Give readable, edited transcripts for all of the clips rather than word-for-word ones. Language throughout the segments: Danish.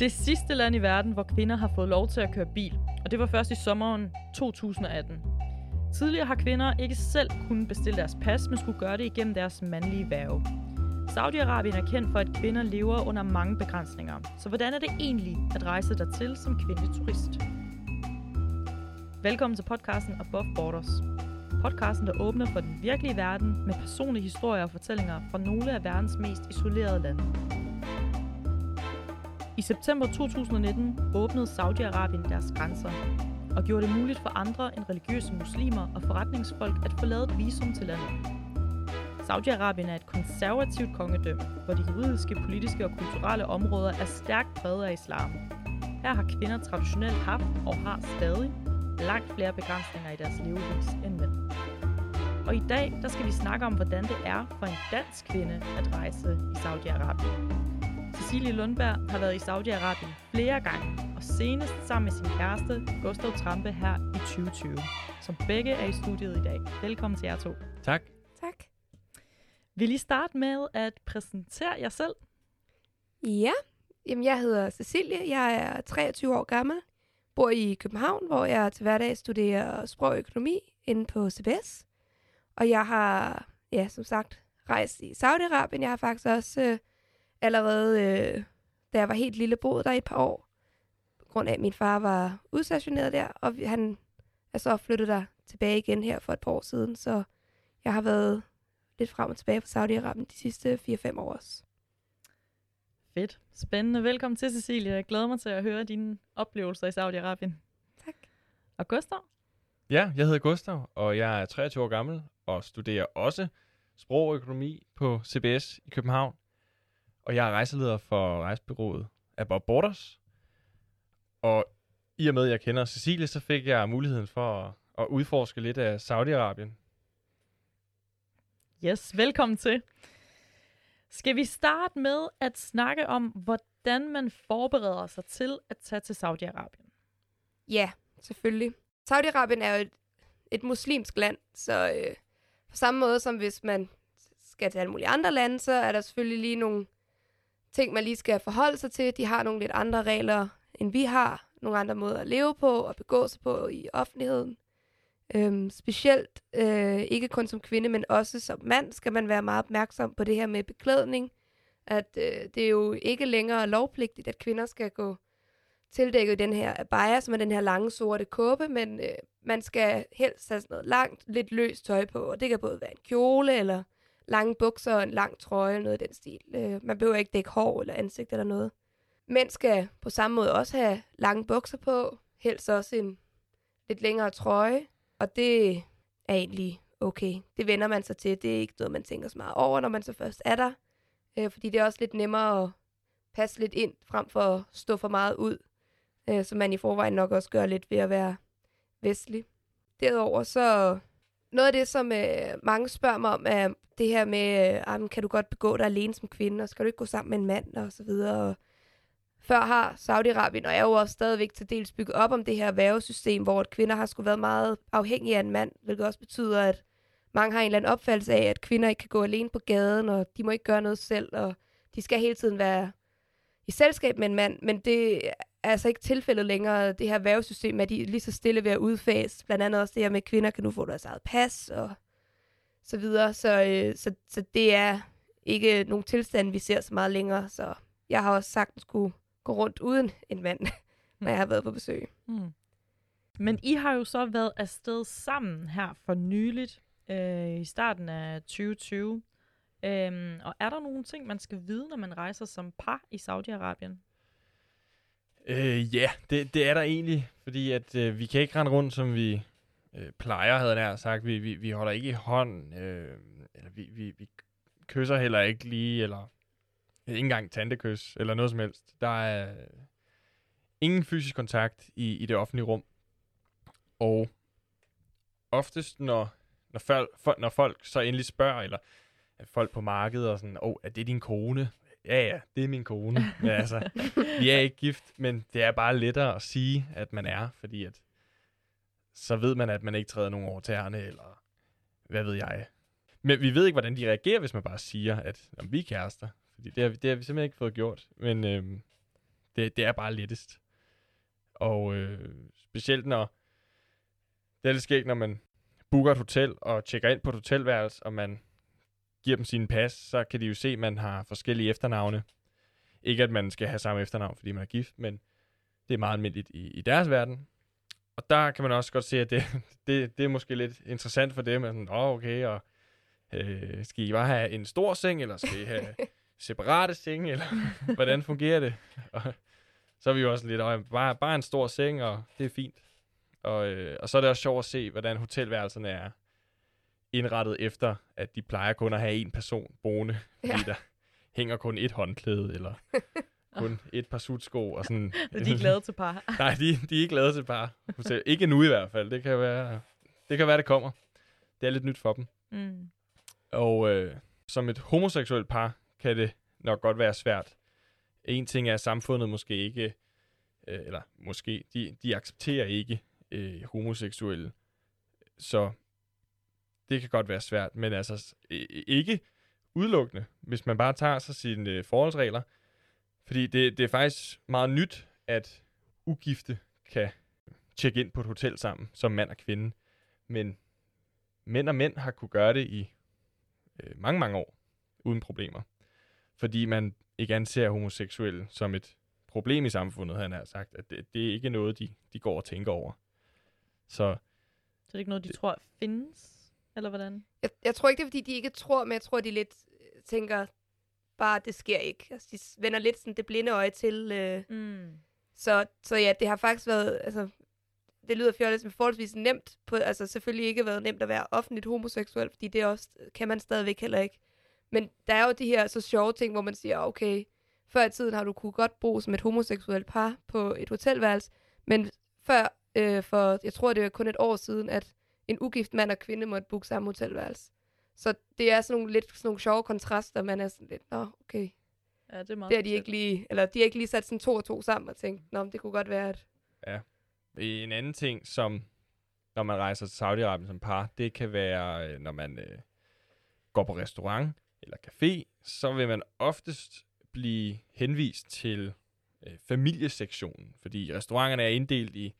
det sidste land i verden, hvor kvinder har fået lov til at køre bil, og det var først i sommeren 2018. Tidligere har kvinder ikke selv kunnet bestille deres pas, men skulle gøre det igennem deres mandlige værge. Saudi-Arabien er kendt for, at kvinder lever under mange begrænsninger. Så hvordan er det egentlig at rejse dertil som kvindelig turist? Velkommen til podcasten Above Borders. Podcasten, der åbner for den virkelige verden med personlige historier og fortællinger fra nogle af verdens mest isolerede lande. I september 2019 åbnede Saudi-Arabien deres grænser og gjorde det muligt for andre end religiøse muslimer og forretningsfolk at få lavet et visum til landet. Saudi-Arabien er et konservativt kongedømme, hvor de juridiske, politiske og kulturelle områder er stærkt præget af islam. Her har kvinder traditionelt haft og har stadig langt flere begrænsninger i deres levevis end mænd. Og i dag der skal vi snakke om, hvordan det er for en dansk kvinde at rejse i Saudi-Arabien. Cecilie Lundberg har været i Saudi-Arabien flere gange, og senest sammen med sin kæreste, Gustav Trampe, her i 2020, som begge er i studiet i dag. Velkommen til jer to. Tak. Tak. Vil I starte med at præsentere jer selv? Ja, jamen jeg hedder Cecilie, jeg er 23 år gammel, bor i København, hvor jeg til hverdag studerer sprog og økonomi inde på CBS. Og jeg har, som sagt, rejst i Saudi-Arabien. Jeg har faktisk også allerede, da jeg var helt lille, boet der i et par år. På grund af, at min far var udstationeret der, og han er så flyttet der tilbage igen her for et par år siden. Så jeg har været lidt frem og tilbage på Saudi-Arabien de sidste 4-5 år også. Fedt. Spændende. Velkommen til, Cecilie. Jeg glæder mig til at høre dine oplevelser i Saudi-Arabien. Tak. Og Gustav? Ja, jeg hedder Gustav, og jeg er 23 år gammel og studerer også sprog og økonomi på CBS i København. Og jeg er rejseleder for rejsebureauet Above Borders. Og i og med, at jeg kender Cecilie, så fik jeg muligheden for at udforske lidt af Saudi-Arabien. Yes, velkommen til. Skal vi starte med at snakke om, hvordan man forbereder sig til at tage til Saudi-Arabien? Ja, selvfølgelig. Saudi-Arabien er jo et muslimsk land, så på samme måde som hvis man skal til alle mulige andre lande, så er der selvfølgelig lige nogle ting, man lige skal forholde sig til. De har nogle lidt andre regler, end vi har. Nogle andre måder at leve på og begå sig på i offentligheden. Specielt ikke kun som kvinde, men også som mand skal man være meget opmærksom på det her med beklædning. At det er jo ikke længere lovpligtigt, at kvinder skal gå tildækket den her abaya, som er den her lange sorte kåbe, men man skal helst have sådan noget langt, lidt løst tøj på, og det kan både være en kjole eller lange bukser og en lang trøje, noget i den stil. Man behøver ikke dække hår eller ansigt eller noget. Mænd skal på samme måde også have lange bukser på, helst også en lidt længere trøje, og det er egentlig okay. Det vender man sig til. Det er ikke noget, man tænker så meget over, når man så først er der, fordi det er også lidt nemmere at passe lidt ind, frem for at stå for meget ud, som man i forvejen nok også gør lidt ved at være vestlig. Derudover så noget af det, som mange spørger mig om, er det her med, kan du godt begå dig alene som kvinde, og skal du ikke gå sammen med en mand, og så videre. Og før har Saudi-Arabien, og er jo også stadigvæk til dels bygget op om det her værgesystem, hvor kvinder har skulle været meget afhængige af en mand, hvilket også betyder, at mange har en eller anden opfattelse af, at kvinder ikke kan gå alene på gaden, og de må ikke gøre noget selv, og de skal hele tiden være i selskab med en mand, men det er altså ikke tilfældet længere. Det her værgesystem er de lige så stille ved at udfase. Blandt andet også det her med, at kvinder kan nu få deres eget pas og så videre. Så det er ikke nogen tilstand, vi ser så meget længere. Så jeg har også sagtens kunne gå rundt uden en mand, når jeg har været på besøg. Men I har jo så været afsted sammen her for nyligt, i starten af 2020. Og er der nogle ting, man skal vide, når man rejser som par i Saudi-Arabien? Ja, det er der egentlig, fordi at vi kan ikke rende rundt, som vi plejer, havde jeg nær sagt. Vi holder ikke i hånd, eller vi kysser heller ikke lige, eller ikke engang tantekys, eller noget som helst. Der er ingen fysisk kontakt i det offentlige rum. Og oftest, når folk så endelig spørger, eller folk på markedet og sådan, er det din kone? Ja, det er min kone. Men altså, vi er ikke gift, men det er bare lettere at sige, at man er, fordi at så ved man, at man ikke træder nogen over tæerne, eller hvad ved jeg. Men vi ved ikke, hvordan de reagerer, hvis man bare siger, at vi er kærester. Fordi det har vi simpelthen ikke fået gjort. Men det er bare lettest. Og specielt når, det er lidt skægt, når man booker et hotel og tjekker ind på et hotelværelse, og man giver dem sine pas, så kan de jo se, at man har forskellige efternavne. Ikke at man skal have samme efternavn, fordi man er gift, men det er meget almindeligt i deres verden. Og der kan man også godt se, at det er måske lidt interessant for dem. Sådan, okay, og skal I bare have en stor seng, eller skal I have separate senge, eller hvordan fungerer det? Og så er vi jo også lidt, bare en stor seng, og det er fint. Og så er det også sjovt at se, hvordan hotelværelserne er indrettet efter, at de plejer kun at have en person boende, fordi der hænger kun et håndklæde, eller kun et par sutsko, og sådan. De er glade til par. Nej, de er ikke glade til par. Ikke nu i hvert fald. Det kan være, det kommer. Det er lidt nyt for dem. Mm. Og som et homoseksuelt par, kan det nok godt være svært. En ting er, at samfundet måske ikke, eller måske, de accepterer ikke homoseksuelle. Så det kan godt være svært, men altså ikke udelukkende, hvis man bare tager sig sine forholdsregler. Fordi det er faktisk meget nyt, at ugifte kan tjekke ind på et hotel sammen, som mand og kvinde. Men mænd og mænd har kunne gøre det i mange, mange år, uden problemer. Fordi man ikke anser homoseksuelle som et problem i samfundet, han har sagt, at det er ikke noget, de går og tænker over. Så det er ikke noget, de tror findes, eller hvordan? Jeg tror ikke, det er, fordi de ikke tror, men jeg tror, de lidt tænker, bare det sker ikke. Altså, de vender lidt sådan det blinde øje til. Så ja, det har faktisk været, altså, det lyder fjollet, men forholdsvis nemt, altså selvfølgelig ikke været nemt at være offentligt homoseksuel, fordi det også kan man stadigvæk heller ikke. Men der er jo de her så sjove ting, hvor man siger, okay, før i tiden har du kunne godt bo som et homoseksuelt par på et hotelværelse, men før, for jeg tror, det er kun et år siden, at en ugift mand og kvinde måtte booke samme hotelværelse. Så det er sådan nogle sjove kontraster, man er sådan lidt, okay. Ja, det er meget det er de ikke lige, eller de har ikke lige sat sådan 2 og 2 sammen og tænkt, det kunne godt være, at... Ja. En anden ting, som når man rejser til Saudi-Arabien som par, det kan være, når man går på restaurant eller café, så vil man oftest blive henvist til familiesektionen, fordi restauranterne er inddelt i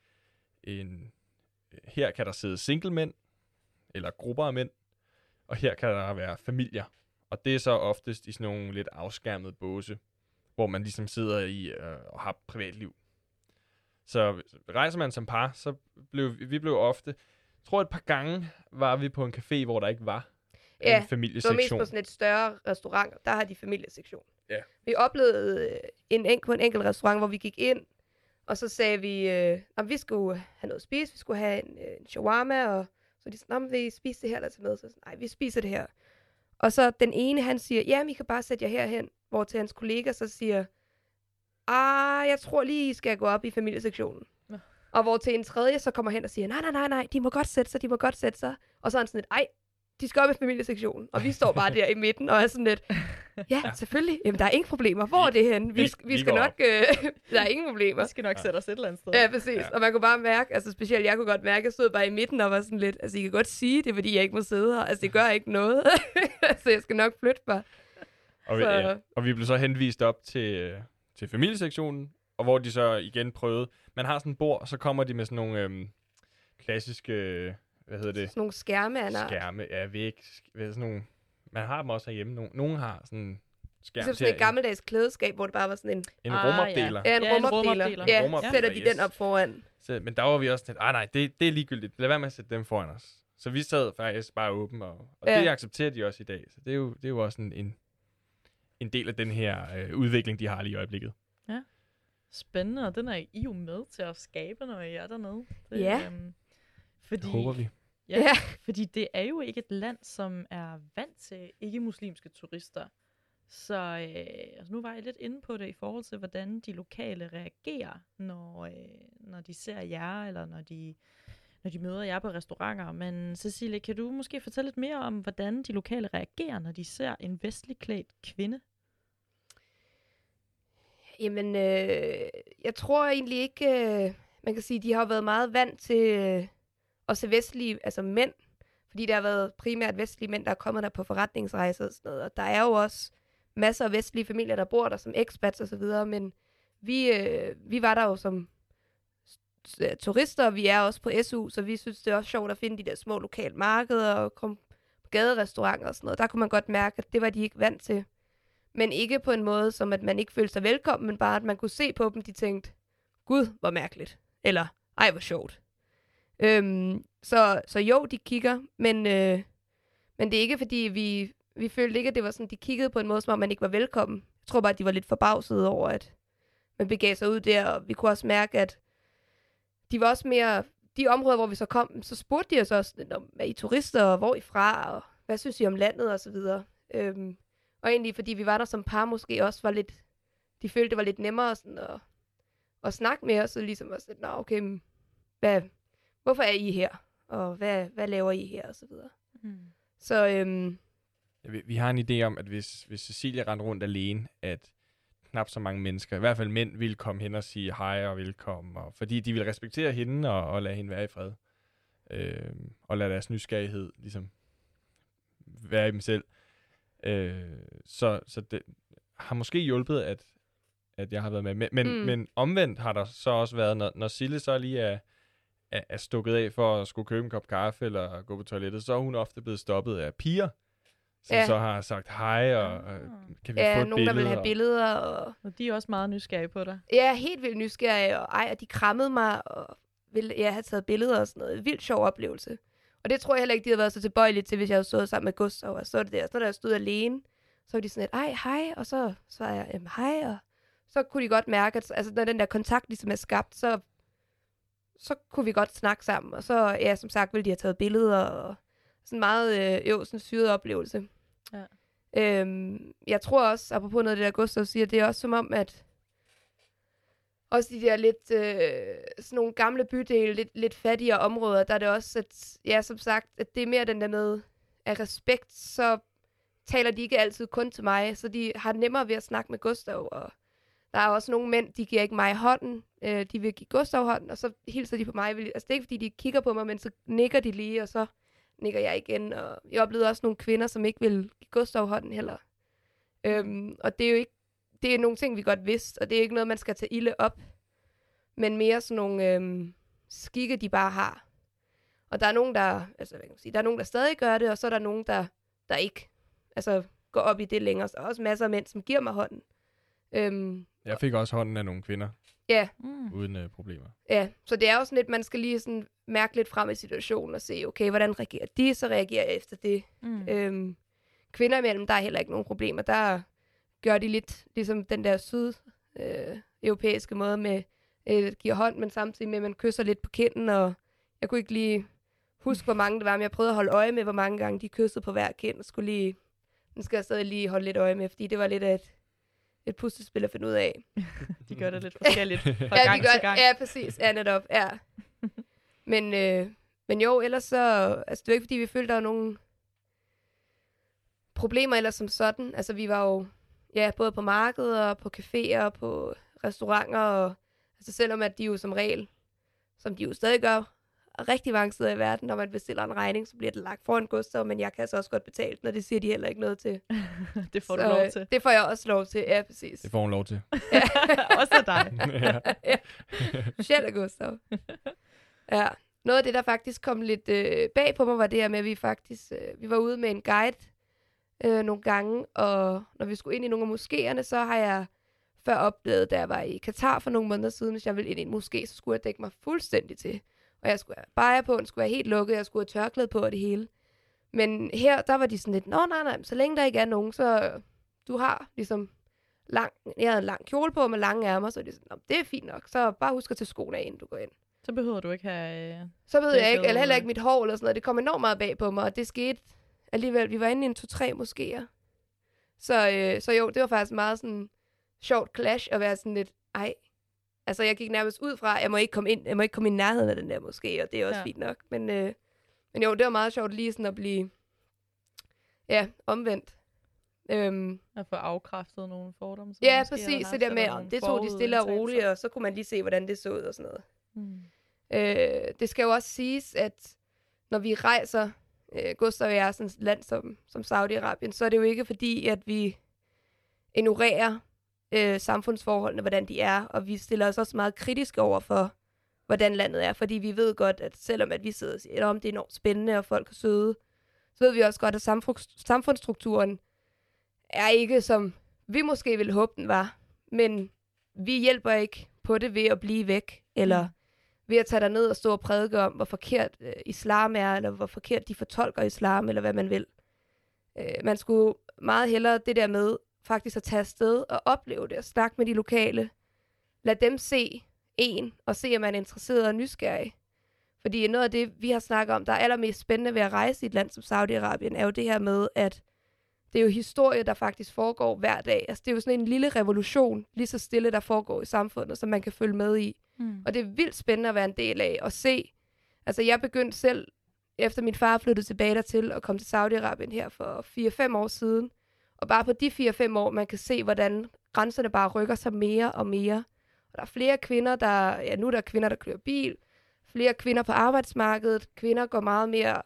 her kan der sidde single-mænd, eller grupper af mænd, og her kan der være familier. Og det er så oftest i sådan nogle lidt afskærmede båse, hvor man ligesom sidder i og har privatliv. Så rejser man som par, så blev vi ofte, jeg tror et par gange var vi på en café, hvor der ikke var en familiesektion. Det var mest på sådan et større restaurant, der har de familiesektion. Ja. Vi oplevede på en enkelt restaurant, hvor vi gik ind, og så sagde vi, at vi skulle have noget at spise, vi skulle have en shawarma, og så de sådan, vil I spise det her eller til med? Så nej, vi spiser det her. Og så den ene, han siger, ja, I kan bare sætte jer herhen, hvor til hans kollega så siger, jeg tror lige, I skal gå op i familiesektionen. Ja. Og hvor til en tredje så kommer hen og siger, nej, de må godt sætte sig. Og så er han sådan lidt, de skal op i familiesektionen. Og vi står bare der i midten og er sådan lidt, ja, selvfølgelig. Jamen, der er ingen problemer. Hvor er det henne? Vi skal nok... der er ingen problemer. Vi skal nok sætte os et eller andet sted. Ja, præcis. Ja. Og man kunne bare mærke, altså specielt jeg kunne godt mærke, at jeg stod bare i midten og var sådan lidt, altså I kan godt sige, det er fordi, jeg ikke må sidde her. Altså det gør ikke noget. Så jeg skal nok flytte mig. Og vi blev så henvist op til familiesektionen, og hvor de så igen prøvede. Man har sådan et bord, og så kommer de med sådan nogle klassiske... Hvad hedder det? Sådan nogle skærme, Anna. Skærme, ja, væk. Sådan nogle, man har dem også herhjemme. Nogle har sådan en skærm til sådan et gammeldags klædeskab, hvor det bare var sådan en rumopdeler. Ja, en rumopdeler. Ja, sætter de den op foran. Så, men der var vi også lidt, nej, det er ligegyldigt. Lad være med at sætte dem foran os. Så vi sad faktisk bare åben, og det accepterer de også i dag. Så det er jo også en del af den her udvikling, de har lige i øjeblikket. Ja. Spændende, og den er I jo med til at skabe, når I er dernede. Det håber vi. Ja, fordi det er jo ikke et land, som er vant til ikke-muslimske turister. Så altså nu var jeg lidt inde på det i forhold til, hvordan de lokale reagerer, når de ser jer, eller når de møder jer på restauranter. Men Cecilie, kan du måske fortælle lidt mere om, hvordan de lokale reagerer, når de ser en vestlig klædt kvinde? Jamen, jeg tror egentlig ikke, man kan sige, de har været meget vant til... Og så vestlige, altså mænd, fordi der har været primært vestlige mænd, der er kommet der på forretningsrejser og sådan noget. Og der er jo også masser af vestlige familier, der bor der som expats og så videre, men vi var der jo som turister, og vi er også på SU, så vi synes, det er også sjovt at finde de der små lokale markeder og komme på gaderestauranter og sådan noget. Der kunne man godt mærke, at det var de ikke vant til. Men ikke på en måde, som at man ikke følte sig velkommen, men bare at man kunne se på dem, de tænkte, gud, hvor mærkeligt. Eller, ej, hvor sjovt. Så jo, de kigger, men det er ikke, fordi vi følte ikke, at det var sådan, de kiggede på en måde, som om man ikke var velkommen. Jeg tror bare, at de var lidt forbavsede over, at man begav sig ud der, og vi kunne også mærke, at de var også mere, de områder, hvor vi så kom, så spurgte de os også, er I turister, og hvor er I fra, og hvad synes I om landet, og så videre. Og egentlig, fordi vi var der som par, måske også var lidt, de følte, det var lidt nemmere sådan at snakke med os, og ligesom også lidt, okay, hvorfor er I her? Og hvad laver I her? Og så videre. Så vi har en idé om, at hvis Cecilia rendte rundt alene, at knap så mange mennesker, i hvert fald mænd, ville komme hen og sige hej og velkommen, og fordi de ville respektere hende og lade hende være i fred. Og lade deres nysgerrighed ligesom være i dem selv. Så det har måske hjulpet, at jeg har været med. Men omvendt har der så også været, når Sille så lige er stukket af for at skulle købe en kop kaffe eller gå på toilettet, så er hun ofte blevet stoppet af piger, som så har sagt hej, og kan vi få et nogen, billede? der vil have billeder. Og de er også meget nysgerrige på dig. Ja, helt vildt nysgerrige, og de krammede mig, og ville have taget billeder og sådan noget. Vildt sjov oplevelse. Og det tror jeg heller ikke, de havde været så tilbøjelige til, hvis jeg havde stået sammen med Gustav, og så det der. Så da jeg stod alene, så var de sådan lidt, ej, hej, og så var jeg, hej, og så kunne de godt mærke, at altså, når den der kontakt ligesom er skabt, så kunne vi godt snakke sammen, og så, ja, som sagt, ville de have taget billeder, og sådan meget, sådan syret oplevelse. Ja. Jeg tror også, apropos noget af det der Gustav siger, det er også som om, at også de der lidt, sådan nogle gamle bydele, lidt fattigere områder, der er det også, at, ja, som sagt, at det er mere den der med, af respekt, så taler de ikke altid kun til mig, så de har nemmere ved at snakke med Gustav, og der er også nogle mænd, de giver ikke mig hånden, de vil give Gustav hånden, og så hilser de på mig. Altså det er ikke, fordi de kigger på mig, men så nikker de lige, og så nikker jeg igen, og jeg oplevede også nogle kvinder, som ikke vil give Gustav hånden heller. Og det er jo ikke, det er nogle ting, vi godt vidste, og det er ikke noget, man skal tage ilde op, men mere sådan nogle skikke, de bare har. Og der er nogen, der, altså hvad kan man sige, der er nogen, der stadig gør det, og så er der nogen, der ikke går op i det længere. Så er også masser af mænd, som giver mig hånden. Jeg fik også hånden af nogle kvinder. Ja. Uden problemer. Ja, så det er jo sådan lidt, man skal lige sådan mærke lidt frem i situationen og se, okay, hvordan reagerer de, så reagerer jeg efter det. Kvinder imellem, der er heller ikke nogen problemer. Der gør de lidt ligesom den der syd-europæiske måde med, giver hånd, men samtidig med, at man kysser lidt på kinden, og jeg kunne ikke lige huske, hvor mange det var, men jeg prøvede at holde øje med, hvor mange gange de kyssede på hver kind, og den skal jeg stadig lige holde lidt øje med, fordi det var lidt af et puslespil at finde ud af. De gør det lidt forskelligt fra gang til gang. Ja, præcis. Ja, netop. Ja. Men jo, ellers så, altså det var ikke, fordi vi følte, der var nogle problemer ellers som sådan. Altså vi var jo, ja, både på markeder, på caféer, og på restauranter, og altså selvom at de jo som regel, som de jo stadig gør, rigtig mange steder i verden, når man bestiller en regning, så bliver det lagt foran Gustav, men jeg kan altså også godt betale den, og det siger de heller ikke noget til. Det får du lov til. Det får jeg også lov til, ja, præcis. Det får hun lov til. Ja. Også af dig. Ja. Specielt af Gustav. Ja. Noget af det, der faktisk kom lidt bag på mig, var det her med, at vi faktisk vi var ude med en guide nogle gange, og når vi skulle ind i nogle af moskéerne, så har jeg før oplevet, da jeg var i Katar for nogle måneder siden, hvis jeg ville ind i en moské, så skulle jeg dække mig fuldstændig til. Og jeg skulle have bajer på, den skulle være helt lukket, jeg skulle have tørklæde på og det hele. Men her, der var de sådan lidt, nej, så længe der ikke er nogen, så du har ligesom jeg havde en lang kjole på med lange ærmer, så er de sådan, det er fint nok, så bare husk at tage skoene af, inden du går ind. Så behøver du ikke have... Så ved jeg ikke, eller heller ikke mit hår eller sådan noget, det kom enormt meget bag på mig, og det skete alligevel, vi var inde i en 2-3 moskéer. Så jo, det var faktisk meget sådan sjovt clash at være sådan lidt, altså jeg gik nærmest ud fra, at jeg må ikke komme i nærheden af den der moské, og det er også fint nok. Men jo, det var meget sjovt lige sådan at blive, omvendt. At få afkræftet nogle fordomme. Ja, præcis. Det der med, det tog de stille og roligt, og så kunne man lige se, hvordan det så ud og sådan noget. Det skal jo også siges, at når vi rejser, Gustav og jeg, sådan et land som Saudi-Arabien, så er det jo ikke fordi, at vi ignorerer samfundsforholdene, hvordan de er, og vi stiller os også meget kritiske over for, hvordan landet er, fordi vi ved godt, at selvom at vi sidder og siger, at det er enormt spændende, og folk er søde, så ved vi også godt, at samfundsstrukturen er ikke, som vi måske ville håbe, den var. Men vi hjælper ikke på det ved at blive væk, eller ved at tage derned og stå og prædike om, hvor forkert islam er, eller hvor forkert de fortolker islam, eller hvad man vil. Man skulle meget hellere det der med faktisk at tage afsted og opleve det, og snakke med de lokale. Lad dem se og se, om man er interesseret og nysgerrig. Fordi noget af det, vi har snakket om, der er allermest spændende ved at rejse i et land som Saudi-Arabien, er jo det her med, at det er jo historie, der faktisk foregår hver dag. Altså, det er jo sådan en lille revolution, lige så stille, der foregår i samfundet, som man kan følge med i. Og det er vildt spændende at være en del af og se. Altså, jeg begyndte selv, efter min far flyttede tilbage dertil og kom til Saudi-Arabien her for 4-5 år siden. Og bare på de 4-5 år, man kan se, hvordan grænserne bare rykker sig mere og mere. Og der er flere kvinder, nu er der kvinder, der kører bil. Flere kvinder på arbejdsmarkedet. Kvinder går meget mere,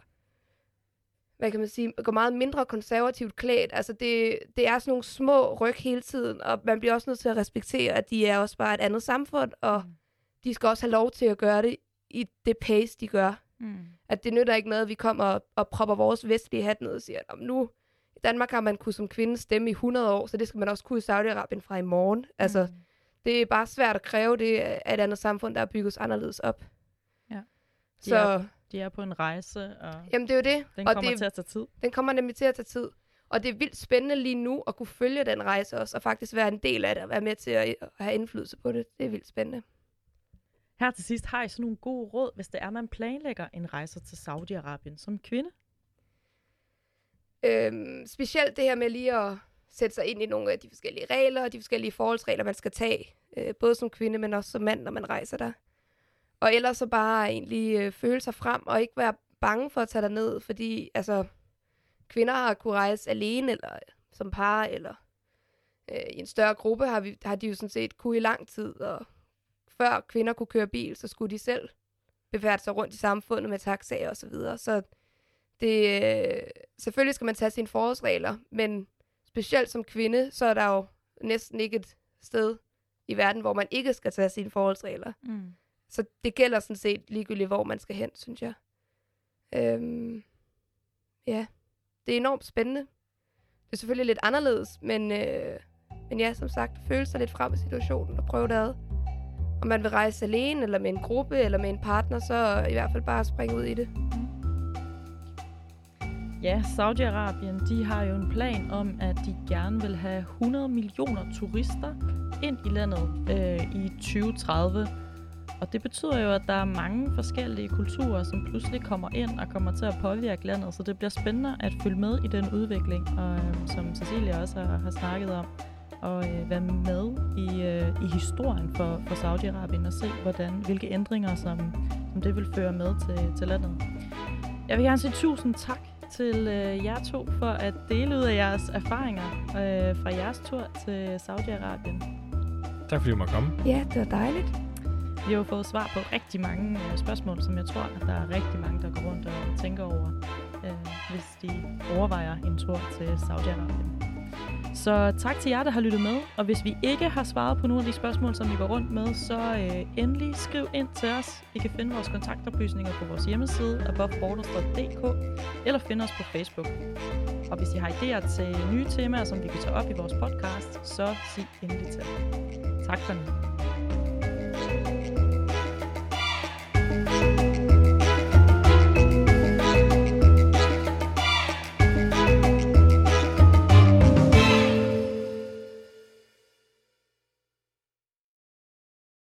går meget mindre konservativt klædt. Altså det er sådan nogle små ryg hele tiden, og man bliver også nødt til at respektere, at de er også bare et andet samfund, og de skal også have lov til at gøre det i det pace, de gør. At det nytter ikke noget, at vi kommer og propper vores vestlige hat ned og siger, at nu i Danmark har man kunnet som kvinde stemme i 100 år, så det skal man også kunne i Saudi-Arabien fra i morgen. Altså, det er bare svært at kræve det af et andet samfund, der er bygget anderledes op. Ja. De er på en rejse, og jamen, det er jo det. Den kommer til at tage tid. Den kommer nemlig til at tage tid. Og det er vildt spændende lige nu at kunne følge den rejse også, og faktisk være en del af det, og være med til at have indflydelse på det. Det er vildt spændende. Her til sidst har I sådan nogle gode råd, hvis det er, man planlægger en rejse til Saudi-Arabien som kvinde? Specielt det her med lige at sætte sig ind i nogle af de forskellige regler, og de forskellige forholdsregler, man skal tage. Både som kvinde, men også som mand, når man rejser der. Og ellers så bare egentlig føle sig frem, og ikke være bange for at tage derned, fordi altså, kvinder har kunnet rejse alene, eller som par, eller i en større gruppe har de jo sådan set kunne i lang tid, og før kvinder kunne køre bil, så skulle de selv befærde sig rundt i samfundet med taxaer og så videre. Så selvfølgelig skal man tage sine forholdsregler, men specielt som kvinde, så er der jo næsten ikke et sted i verden, hvor man ikke skal tage sine forholdsregler. Så det gælder sådan set ligegyldigt, hvor man skal hen, synes jeg. Ja, det er enormt spændende. Det er selvfølgelig lidt anderledes, men ja, som sagt, føle sig lidt frem i situationen og prøve det ad. Om man vil rejse alene, eller med en gruppe, eller med en partner, så i hvert fald bare springe ud i det. Ja, Saudi-Arabien, de har jo en plan om, at de gerne vil have 100 millioner turister ind i landet i 2030. Og det betyder jo, at der er mange forskellige kulturer, som pludselig kommer ind og kommer til at påvirke landet. Så det bliver spændende at følge med i den udvikling, og som Cecilia også har snakket om. Og være med i historien for Saudi-Arabien og se, hvilke ændringer, som det vil føre med til landet. Jeg vil gerne sige tusind tak til jer to for at dele ud af jeres erfaringer fra jeres tur til Saudi-Arabien. Tak fordi du måtte komme. Ja, det var dejligt. Vi har jo fået svar på rigtig mange spørgsmål, som jeg tror, at der er rigtig mange, der går rundt og tænker over, hvis de overvejer en tur til Saudi-Arabien. Så tak til jer, der har lyttet med. Og hvis vi ikke har svaret på nogle af de spørgsmål, som I går rundt med, så endelig skriv ind til os. I kan finde vores kontaktoplysninger på vores hjemmeside, aboveborders.dk, eller finde os på Facebook. Og hvis I har idéer til nye temaer, som vi kan tage op i vores podcast, så sig endelig til. Tak for nu.